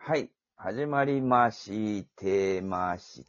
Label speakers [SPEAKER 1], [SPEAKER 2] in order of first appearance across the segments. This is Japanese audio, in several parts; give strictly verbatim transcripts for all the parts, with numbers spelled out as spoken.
[SPEAKER 1] はい。始まりましてました。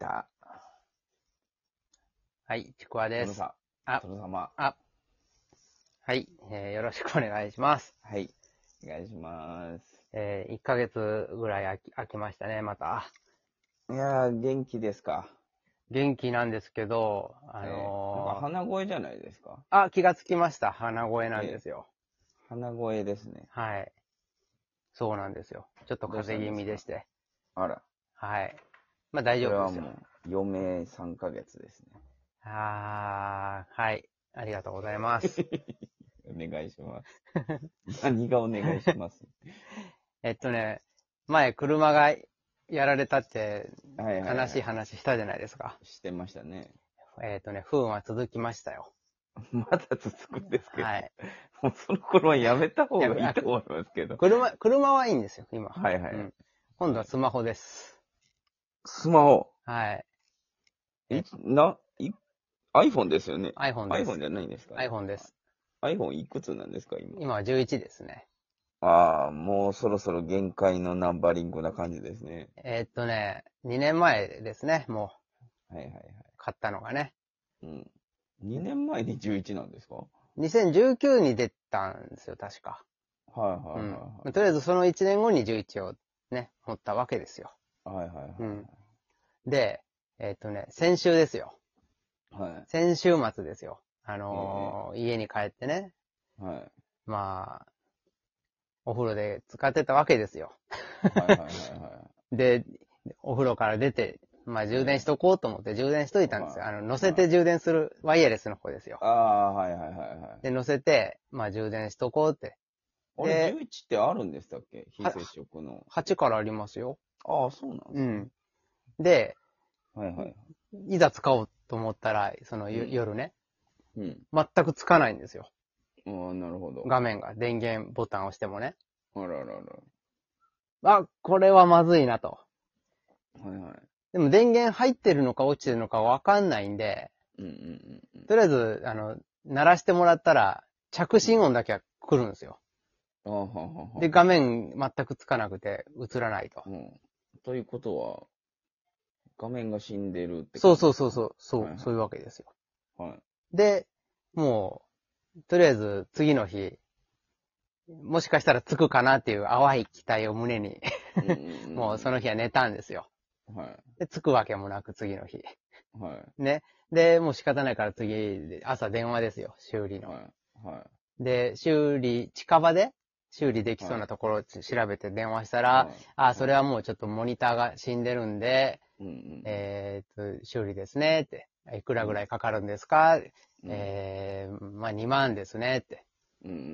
[SPEAKER 2] はい、ちくわです。
[SPEAKER 1] 殿さん、
[SPEAKER 2] あ、
[SPEAKER 1] 殿様。
[SPEAKER 2] あ、はい、えーよろしくお願いします。
[SPEAKER 1] はい。お願いします。
[SPEAKER 2] えー、いっかげつぐらい空き、空きましたね、また。
[SPEAKER 1] いやー、元気ですか？
[SPEAKER 2] 元気なんですけど、あ
[SPEAKER 1] えー、なんか
[SPEAKER 2] の
[SPEAKER 1] 鼻声じゃないですか？
[SPEAKER 2] ー、あ、気がつきました。鼻声なんで
[SPEAKER 1] え
[SPEAKER 2] すよ。
[SPEAKER 1] ー、鼻声ですね。
[SPEAKER 2] はい。そうなんですよ。ちょっと
[SPEAKER 1] どうした
[SPEAKER 2] 風邪気
[SPEAKER 1] んですか？
[SPEAKER 2] 味でして。
[SPEAKER 1] あら、
[SPEAKER 2] はい。まあ大
[SPEAKER 1] それ
[SPEAKER 2] 丈夫ですよ。
[SPEAKER 1] はもう、余命さんかげつですね。
[SPEAKER 2] あー、はい。ありがとうございます。
[SPEAKER 1] お願いします。何がお願いします？
[SPEAKER 2] えっとね、前車がやられたって
[SPEAKER 1] はいはい
[SPEAKER 2] 悲しい
[SPEAKER 1] はい。
[SPEAKER 2] 話したじゃないですか。
[SPEAKER 1] してましたね。
[SPEAKER 2] えっとね、不運は続きましたよ。
[SPEAKER 1] まだ続くんですけど。
[SPEAKER 2] はい。
[SPEAKER 1] もうその頃はやめた方
[SPEAKER 2] いや、
[SPEAKER 1] がいい
[SPEAKER 2] あ
[SPEAKER 1] と思いますけど。
[SPEAKER 2] 車、車はいいんですよ、今。
[SPEAKER 1] はいはいはい。
[SPEAKER 2] うん。今度はスマホです。
[SPEAKER 1] スマホ。
[SPEAKER 2] はい。え、
[SPEAKER 1] いつ、な、い、iPhone ですよね。
[SPEAKER 2] iPhone で
[SPEAKER 1] iPhone
[SPEAKER 2] す。
[SPEAKER 1] じゃないんですかね。
[SPEAKER 2] iPhone です。
[SPEAKER 1] iPhone いくつなんですか、今。
[SPEAKER 2] 今はじゅういちですね。
[SPEAKER 1] ああ、もうそろそろ限界のナンバリングな感じですね。
[SPEAKER 2] えーっとね、にねんまえですね、もう、
[SPEAKER 1] はいはいはい。
[SPEAKER 2] 買ったのがね。
[SPEAKER 1] うん。にねんまえにじゅういちなんですか？はい
[SPEAKER 2] にせんじゅうきゅうに出たんですよ、確か。
[SPEAKER 1] はいはい
[SPEAKER 2] うん。
[SPEAKER 1] は
[SPEAKER 2] とりあえずそのいちねんごにじゅういちをね、持ったわけですよ。
[SPEAKER 1] い。はいはいはい
[SPEAKER 2] うん。
[SPEAKER 1] は
[SPEAKER 2] で、えーっとね、先週ですよ。
[SPEAKER 1] い。はい。
[SPEAKER 2] 先週末ですよ。あ
[SPEAKER 1] え
[SPEAKER 2] のー家に帰ってね、
[SPEAKER 1] え、はい。
[SPEAKER 2] まあ、お風呂で使ってたわけですよ。
[SPEAKER 1] はいはいはいは
[SPEAKER 2] で、お風呂から出て、まあ
[SPEAKER 1] い。え
[SPEAKER 2] 充電しとこうと思って充電しとい
[SPEAKER 1] え、
[SPEAKER 2] たんですよ。あの、乗
[SPEAKER 1] はい。はい。
[SPEAKER 2] せて充電するワイヤレスの方ですよ。
[SPEAKER 1] ああ、はいはいはいは
[SPEAKER 2] で、
[SPEAKER 1] い。
[SPEAKER 2] 乗せて、まあ充電しとこうって。
[SPEAKER 1] あれ、
[SPEAKER 2] で、
[SPEAKER 1] じゅういちってあるんでしたっけ？非
[SPEAKER 2] は、
[SPEAKER 1] 接触の。
[SPEAKER 2] はちからありますよ。
[SPEAKER 1] ああ、そうなんですね。
[SPEAKER 2] うん。で、
[SPEAKER 1] はいはい。
[SPEAKER 2] いざ使おうと思ったら、その
[SPEAKER 1] うん。
[SPEAKER 2] 夜ね、
[SPEAKER 1] うん。
[SPEAKER 2] 全くつかないんですよ。
[SPEAKER 1] ああ、なるほど。
[SPEAKER 2] 画面が。電源ボタンを押してもね。
[SPEAKER 1] あららら。
[SPEAKER 2] あ、これはまずいなと。
[SPEAKER 1] はいはい。
[SPEAKER 2] でも電源入ってるのか落ちてるのかわかんないんで、
[SPEAKER 1] うんうんうんうん。
[SPEAKER 2] とりあえず、あの、鳴らしてもらったら、着信音だけは来るんですよ。
[SPEAKER 1] ああ、ははは
[SPEAKER 2] で、画面全くつかなくて映らないと。
[SPEAKER 1] うん。ということは、画面が死んでるって
[SPEAKER 2] そう
[SPEAKER 1] ことですか？
[SPEAKER 2] そうそうそう、そう、
[SPEAKER 1] はいはい。
[SPEAKER 2] そういうわけですよ。
[SPEAKER 1] はい。
[SPEAKER 2] で、もう、とりあえず次の日、もしかしたらつくかなっていう淡い期待を胸に
[SPEAKER 1] うんうん
[SPEAKER 2] もうその日は寝たんですよ。
[SPEAKER 1] うん。はい。
[SPEAKER 2] で、つくわけもなく次の日。
[SPEAKER 1] はい。
[SPEAKER 2] ね。で、もう仕方ないから次、朝電話ですよ、修理の。
[SPEAKER 1] はい。は
[SPEAKER 2] で、修理、近場で修理で
[SPEAKER 1] い。はい。
[SPEAKER 2] きそうなところを調べて電話したら、
[SPEAKER 1] はい。
[SPEAKER 2] あ、それ
[SPEAKER 1] は
[SPEAKER 2] はもうちょっとモニターが死んでるんで、
[SPEAKER 1] い。うんうん
[SPEAKER 2] えーっと、修理ですね、って。いくら
[SPEAKER 1] うん。
[SPEAKER 2] ぐらいかかるんですか？
[SPEAKER 1] うん。うん。
[SPEAKER 2] えー、まあにまんですね、って。
[SPEAKER 1] うんうんうん。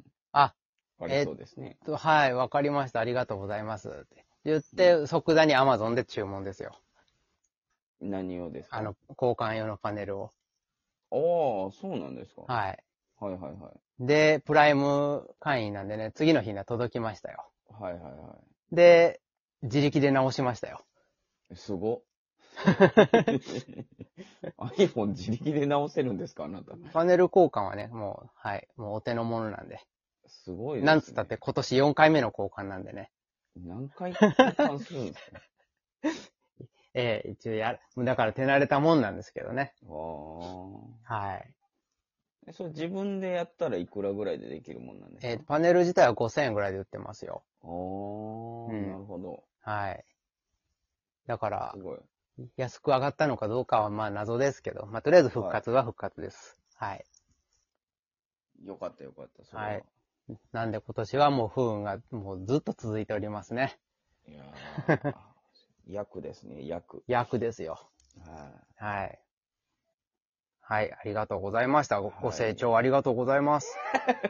[SPEAKER 2] あ、
[SPEAKER 1] あり
[SPEAKER 2] えーっ
[SPEAKER 1] そうですね。
[SPEAKER 2] と、はい、わかりました。ありがとうございます。って言っ
[SPEAKER 1] うん。
[SPEAKER 2] て、即座に Amazon で注文ですよ。
[SPEAKER 1] 何をですか？
[SPEAKER 2] あの、交換用のパネルを。
[SPEAKER 1] ああ、そうなんですか。
[SPEAKER 2] はい。
[SPEAKER 1] はいはいはい。
[SPEAKER 2] で、プライム会員なんでね、次の日には届きましたよ。
[SPEAKER 1] はいはいは
[SPEAKER 2] で、自力で直しましたよ。
[SPEAKER 1] い。すご。iPhone 自力で直せるんですか、あなた。
[SPEAKER 2] パネル交換はね、もう、はい、もうお手の物なんで。
[SPEAKER 1] すごいですね。
[SPEAKER 2] なんつったって今年よんかいめの交換なんでね。
[SPEAKER 1] 何回交換するんですか？
[SPEAKER 2] ええ一応やる。だから手慣れたもんなんですけどね。
[SPEAKER 1] あ
[SPEAKER 2] はい。
[SPEAKER 1] あ。それ自分でやったらいくらぐらいでできるもんなんですか？
[SPEAKER 2] えーパネル自体はごせんえんぐらいで売ってますよ。
[SPEAKER 1] ああ、な
[SPEAKER 2] うん。
[SPEAKER 1] るほど。
[SPEAKER 2] はい。だから、
[SPEAKER 1] すごい。
[SPEAKER 2] 安く上がったのかどうかはまあ謎ですけど、まあとりあえず復
[SPEAKER 1] は
[SPEAKER 2] 活は復活です。はい。
[SPEAKER 1] い。よかったよかった、それは。
[SPEAKER 2] はい。なんで今年はもう不運がもうずっと続いておりますね。
[SPEAKER 1] いやー、役ですね、役。
[SPEAKER 2] 役ですよ。
[SPEAKER 1] は
[SPEAKER 2] はい。はい、ありがとうございました。
[SPEAKER 1] い。
[SPEAKER 2] ご、ご
[SPEAKER 1] はい。
[SPEAKER 2] 清聴ありがとうございます。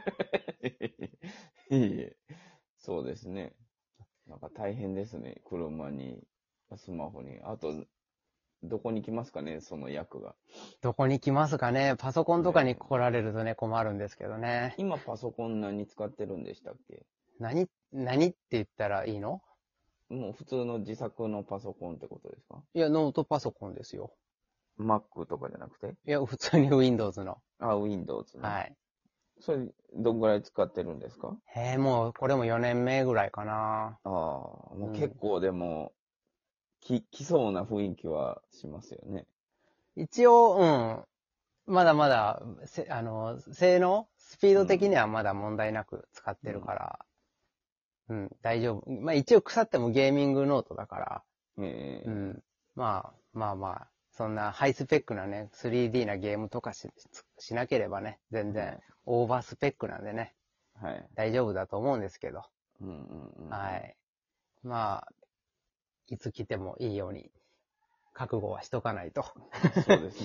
[SPEAKER 1] いいえ。そうですね。なんか大変ですね。車に、スマホに。あと、どこに来ますかね、その役が。
[SPEAKER 2] どこに来ますかね。パソコンとかに
[SPEAKER 1] ね
[SPEAKER 2] 来られるとね、困るんですけどね。
[SPEAKER 1] 今パソコン何使ってるんでしたっけ？
[SPEAKER 2] 何、何って言ったらいいの？
[SPEAKER 1] もう普通の自作のパソコンってことですか？
[SPEAKER 2] いや、ノートパソコンですよ。
[SPEAKER 1] Mac とかじゃなくて？
[SPEAKER 2] いや、普通に Windows の。
[SPEAKER 1] あ、Windows の。
[SPEAKER 2] はい。
[SPEAKER 1] それ、どんぐらい使ってるんですか？
[SPEAKER 2] へえ、もう、これもよねんめぐらいかな。
[SPEAKER 1] ああ、もう
[SPEAKER 2] うん
[SPEAKER 1] 結構でも、き、来そうな雰囲気はしますよね。
[SPEAKER 2] 一応、うん。まだまだ、せ、あの、性能スピード的にはまだ問題なく使って
[SPEAKER 1] うん。
[SPEAKER 2] るから、うん、大丈夫。まあ一応腐ってもゲーミングノートだから、
[SPEAKER 1] ええ、
[SPEAKER 2] うん。まあ、まあまあ、そんなハイスペックなね、スリーディー なゲームとかし、しなければね、全然
[SPEAKER 1] はい。
[SPEAKER 2] オーバースペックなんでね、
[SPEAKER 1] はい。
[SPEAKER 2] 大丈夫だと思うんですけど、
[SPEAKER 1] うんうんうんうん。
[SPEAKER 2] はい。まあ、いつ来てもいいように、覚悟はしとかないと。
[SPEAKER 1] そうです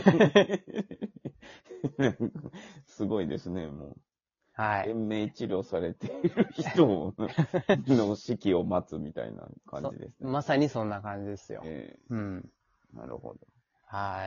[SPEAKER 1] ね。すごいですね、もう。
[SPEAKER 2] はい。
[SPEAKER 1] 延命治療されている人をの死を待つみたいな感
[SPEAKER 2] そ、
[SPEAKER 1] じですね。
[SPEAKER 2] まさにそんな感じですよ。
[SPEAKER 1] え
[SPEAKER 2] うん。
[SPEAKER 1] え、なるほど。
[SPEAKER 2] はい。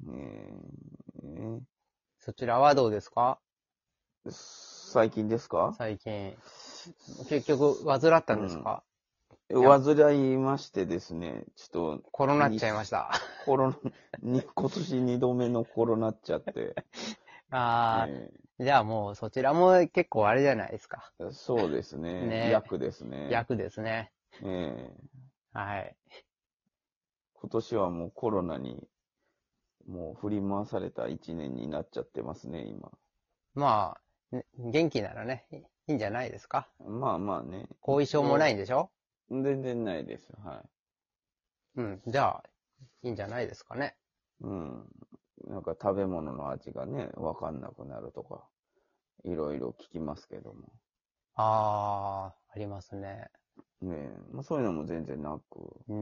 [SPEAKER 1] え
[SPEAKER 2] そちらはどうですか？
[SPEAKER 1] え、最近ですか？
[SPEAKER 2] 最近。結局、患ったんです
[SPEAKER 1] うん。
[SPEAKER 2] か？や、
[SPEAKER 1] 患いましてですね、ちょっと、
[SPEAKER 2] コロナっ
[SPEAKER 1] に、
[SPEAKER 2] ちゃいました。
[SPEAKER 1] コロナ、に、今年にどめのコロナっちゃって、
[SPEAKER 2] あ
[SPEAKER 1] え
[SPEAKER 2] あ、じゃあもうそちらも結構あれじゃないですか。
[SPEAKER 1] え、そうですね、
[SPEAKER 2] ね。
[SPEAKER 1] 役ですね。
[SPEAKER 2] 役ですね。
[SPEAKER 1] ええ、
[SPEAKER 2] はい。
[SPEAKER 1] 今年はもうコロナに、もう振り回された一年になっちゃってますね、今。
[SPEAKER 2] まあ、ね元気ならね、いいいんじゃないですか。
[SPEAKER 1] まあまあね、
[SPEAKER 2] 後遺症もないん
[SPEAKER 1] 一応、
[SPEAKER 2] でしょ？
[SPEAKER 1] 全然ないです。は
[SPEAKER 2] うん。じゃあ、いいんじゃないですかね。
[SPEAKER 1] い。うん。なんか食べ物の味がね、わかんなくなるとか、いろいろ聞きますけども。
[SPEAKER 2] ああ、ありますね。
[SPEAKER 1] ねえ、まあ、そういうのも全然なく、
[SPEAKER 2] うん。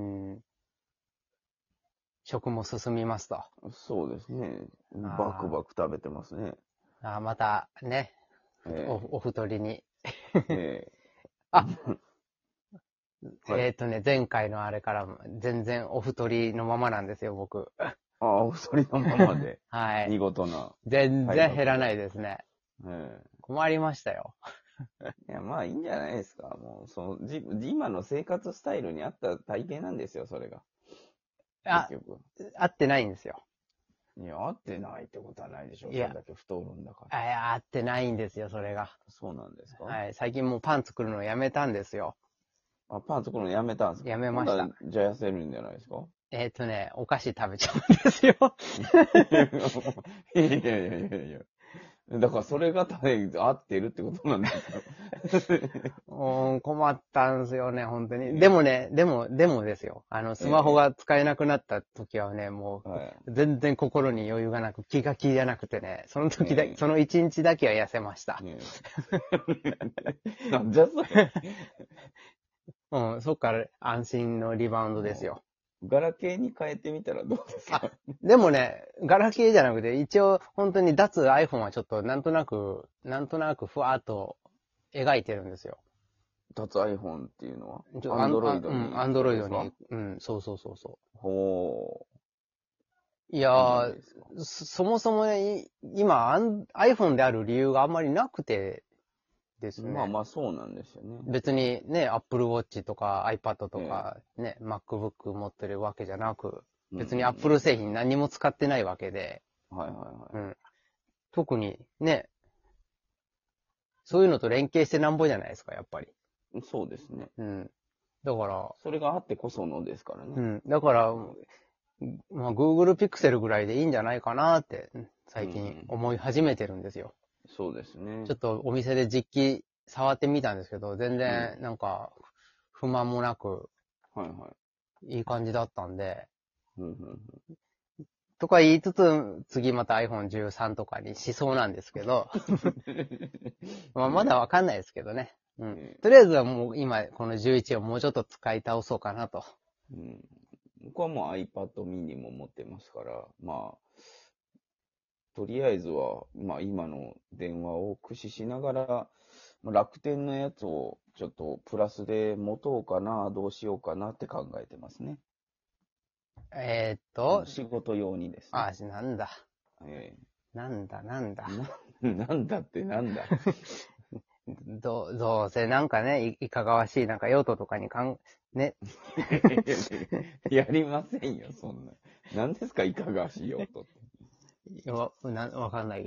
[SPEAKER 2] 食も進みますと。
[SPEAKER 1] そうですね。バク
[SPEAKER 2] あ
[SPEAKER 1] バク食べてますね。
[SPEAKER 2] ーあー、またね、ふと
[SPEAKER 1] え
[SPEAKER 2] お、お太りに。
[SPEAKER 1] え、え
[SPEAKER 2] あ、
[SPEAKER 1] え、はい。
[SPEAKER 2] えっとね、前回のあれからも全然お太りのままなんですよ、僕。
[SPEAKER 1] ああ、お一人のままで、
[SPEAKER 2] はい。
[SPEAKER 1] 見事な
[SPEAKER 2] 全
[SPEAKER 1] 体
[SPEAKER 2] 然減らな
[SPEAKER 1] 格で。
[SPEAKER 2] いですね。
[SPEAKER 1] え
[SPEAKER 2] 困りましたよ。
[SPEAKER 1] え。いや、まあいいんじゃないですか。もう、その、じ、今の生活スタイルに合った体型なんですよ、それが。結
[SPEAKER 2] あ、
[SPEAKER 1] 局。
[SPEAKER 2] 合ってないんですよ。
[SPEAKER 1] いや、合ってないってことはないでしょ。
[SPEAKER 2] いや、
[SPEAKER 1] それだけ太るんだから。
[SPEAKER 2] あ、いや合ってないんですよ、それが。
[SPEAKER 1] そうなんですか？
[SPEAKER 2] はい。最近もうパン作るのやめたんですよ。
[SPEAKER 1] あ、パン作るのやめたんですか？
[SPEAKER 2] やめ
[SPEAKER 1] ほんなら、
[SPEAKER 2] ました。
[SPEAKER 1] じゃあ痩せるんじゃないですか？
[SPEAKER 2] えっとね、お菓子食べちゃうんですよ。
[SPEAKER 1] いやいやいやいやいや。だからそれが多分合ってるってことなんですよ。
[SPEAKER 2] うーん、困ったんですよね、本当に。でも
[SPEAKER 1] え
[SPEAKER 2] ね、でも、でもですよ。あの、スマホ
[SPEAKER 1] ええ
[SPEAKER 2] が使えなくなった時はね、も
[SPEAKER 1] え、は
[SPEAKER 2] う、
[SPEAKER 1] い。
[SPEAKER 2] 全然心に余裕がなく、気が気じゃなくてね、その時だ、
[SPEAKER 1] え
[SPEAKER 2] その一日だけは痩せました。
[SPEAKER 1] ええなんじゃそれ。
[SPEAKER 2] うん、そっから安心のリバウンドですよ。
[SPEAKER 1] ガラケーに変えてみたらどうです
[SPEAKER 2] あ、
[SPEAKER 1] か？
[SPEAKER 2] でもね、ガラケーじゃなくて、一応、本当に脱 iPhone はちょっと、なんとなく、なんとなくふわーっと描いてるんですよ。
[SPEAKER 1] 脱 iPhone っていうのは
[SPEAKER 2] ちょ、
[SPEAKER 1] アンドロイ
[SPEAKER 2] あんあ、うん、
[SPEAKER 1] ドにってこと
[SPEAKER 2] Android
[SPEAKER 1] ですか？
[SPEAKER 2] に、うん、そうそうそうそ
[SPEAKER 1] ほ
[SPEAKER 2] う。いや
[SPEAKER 1] う。いいじゃない
[SPEAKER 2] ー、
[SPEAKER 1] ですか。
[SPEAKER 2] そそもそもね、い今、アン iPhone である理由があんまりなくてですね。
[SPEAKER 1] まあまあそうなんですよね。
[SPEAKER 2] 別にね、Apple Watch とか iPad と
[SPEAKER 1] え
[SPEAKER 2] かね、MacBook 持ってるわけじゃなく、
[SPEAKER 1] え。うんうん
[SPEAKER 2] 別に Apple 製品何も使ってないわけで、
[SPEAKER 1] うん。はいはいは
[SPEAKER 2] うん。特にね、そういうのと連携してなんぼじゃないですか、やっぱり。
[SPEAKER 1] い。そうですね。
[SPEAKER 2] うん。だから、
[SPEAKER 1] それがあってこそのですからね。
[SPEAKER 2] うん。だから、まあ、Google Pixel ぐらいでいいんじゃないかなって、
[SPEAKER 1] うんう
[SPEAKER 2] 最近
[SPEAKER 1] ん。
[SPEAKER 2] 思い始めてるんですよ。
[SPEAKER 1] そうですね。
[SPEAKER 2] ちょっとお店で実機触ってみたんですけど、全
[SPEAKER 1] うん。
[SPEAKER 2] 然なんか不満もなく
[SPEAKER 1] はいはい。
[SPEAKER 2] いい感じだったんで、
[SPEAKER 1] うんうん
[SPEAKER 2] とか言いつつ、次また アイフォンじゅうさん とかにしそうなんですけど、まあまだ
[SPEAKER 1] ね
[SPEAKER 2] わかんないですけどね。うん。
[SPEAKER 1] え、
[SPEAKER 2] とりあえずはもう今このじゅういちをもうちょっと使い倒そうかなと。
[SPEAKER 1] うん。僕はもう iPad mini も持ってますから、まあ、とりあえずは、まあ今の電話を駆使しながら、まあ楽天のやつをちょっとプラスで持とうかな、どうしようかなって考えてますね。
[SPEAKER 2] えーっ
[SPEAKER 1] あの、
[SPEAKER 2] と、
[SPEAKER 1] 仕事用にですね。
[SPEAKER 2] あ、なんだ。
[SPEAKER 1] え
[SPEAKER 2] なんだ、なんだ。
[SPEAKER 1] えな、なんだってなんだ。
[SPEAKER 2] どう、どうせなんかね、いいかがわしい、なんか用途とかにかん、ね、
[SPEAKER 1] やりませんよ、そんな。何ですか、いかがわしいよと。
[SPEAKER 2] わ、な、わかんないけど。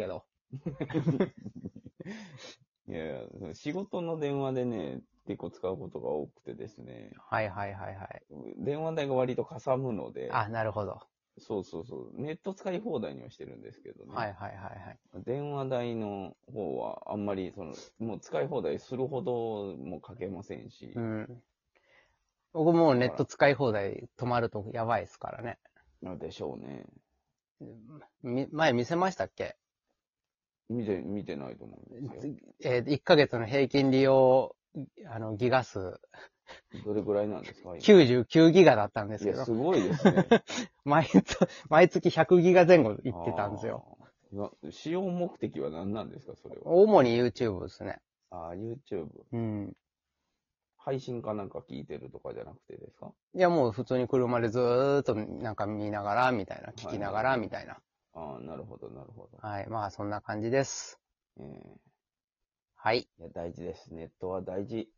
[SPEAKER 1] いやいや、仕事の電話でね、結構使うことが多くてですね、
[SPEAKER 2] はいはいはいはい。
[SPEAKER 1] 電話代が割とかさむので、
[SPEAKER 2] あ、なるほど。
[SPEAKER 1] そうそうそう、ネット使い放題にはしてるんですけどね、
[SPEAKER 2] はいはいはいはい。
[SPEAKER 1] 電話代の方はあんまり、その、もう使い放題するほどもかけませんし、
[SPEAKER 2] うん。僕もうネッ
[SPEAKER 1] だか
[SPEAKER 2] ト使い放題止まるとやばいですからね。
[SPEAKER 1] ら、でしょうね。
[SPEAKER 2] み前見せましたっけ？
[SPEAKER 1] 見て、見てないと思うんですよ。
[SPEAKER 2] えー、いっかげつの平均利用、あの、ギガ数、
[SPEAKER 1] どれぐらいなんですか今。
[SPEAKER 2] きゅうじゅうきゅうギガだったんです
[SPEAKER 1] いや、
[SPEAKER 2] けど、
[SPEAKER 1] すごいですね。
[SPEAKER 2] 毎月、毎月ひゃくギガ前後いってたんですよ。
[SPEAKER 1] あーな使用目的は何なんですかそれは。
[SPEAKER 2] 主に YouTube ですね。
[SPEAKER 1] ああ、YouTube。
[SPEAKER 2] うん。
[SPEAKER 1] 配信かなんか聞いてるとかじゃなくてですか？
[SPEAKER 2] いや、もう普通に車でずーっとなんか見ながら、みたいな、聞きながら、みたいな。
[SPEAKER 1] ああ、なるほど、なるほど。
[SPEAKER 2] はい。まあ、そんな感じです。
[SPEAKER 1] ええ
[SPEAKER 2] はい。
[SPEAKER 1] いや、大事です。ネットは大事。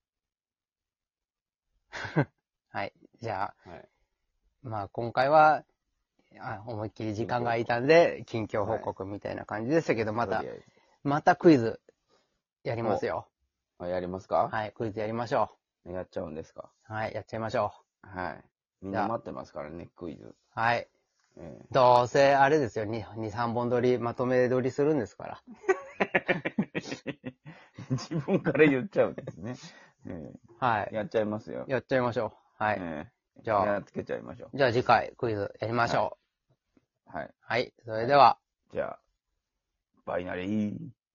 [SPEAKER 2] はい。じゃあ、
[SPEAKER 1] はい。
[SPEAKER 2] まあ、今回は、あ思いっきり時間が空いたんで、近況報
[SPEAKER 1] はい
[SPEAKER 2] 告みたいな感じでしたけど、また
[SPEAKER 1] とりあ、えず
[SPEAKER 2] またクイズやりますよ。
[SPEAKER 1] あ、やりますか？
[SPEAKER 2] はい。クイズやりましょ
[SPEAKER 1] やっちゃうんですか？
[SPEAKER 2] う。はい。やっちゃいましょ
[SPEAKER 1] はい。みん
[SPEAKER 2] じゃあ
[SPEAKER 1] な待ってますからね、クイズ。
[SPEAKER 2] う。はい。
[SPEAKER 1] え
[SPEAKER 2] どうせ、あれですよ。に、に、さんぼん撮り、まとめ撮りするんですから。
[SPEAKER 1] え自分から言っちゃうんですね。え
[SPEAKER 2] はい。
[SPEAKER 1] えやっちゃいますよ。
[SPEAKER 2] やっちゃいましょう。はい。
[SPEAKER 1] ええ
[SPEAKER 2] じゃあ
[SPEAKER 1] やっつけちゃいましょう。
[SPEAKER 2] じゃあ次回クイズやりましょ
[SPEAKER 1] はい。
[SPEAKER 2] う。はい。それでは。
[SPEAKER 1] じゃあ、バイナリー。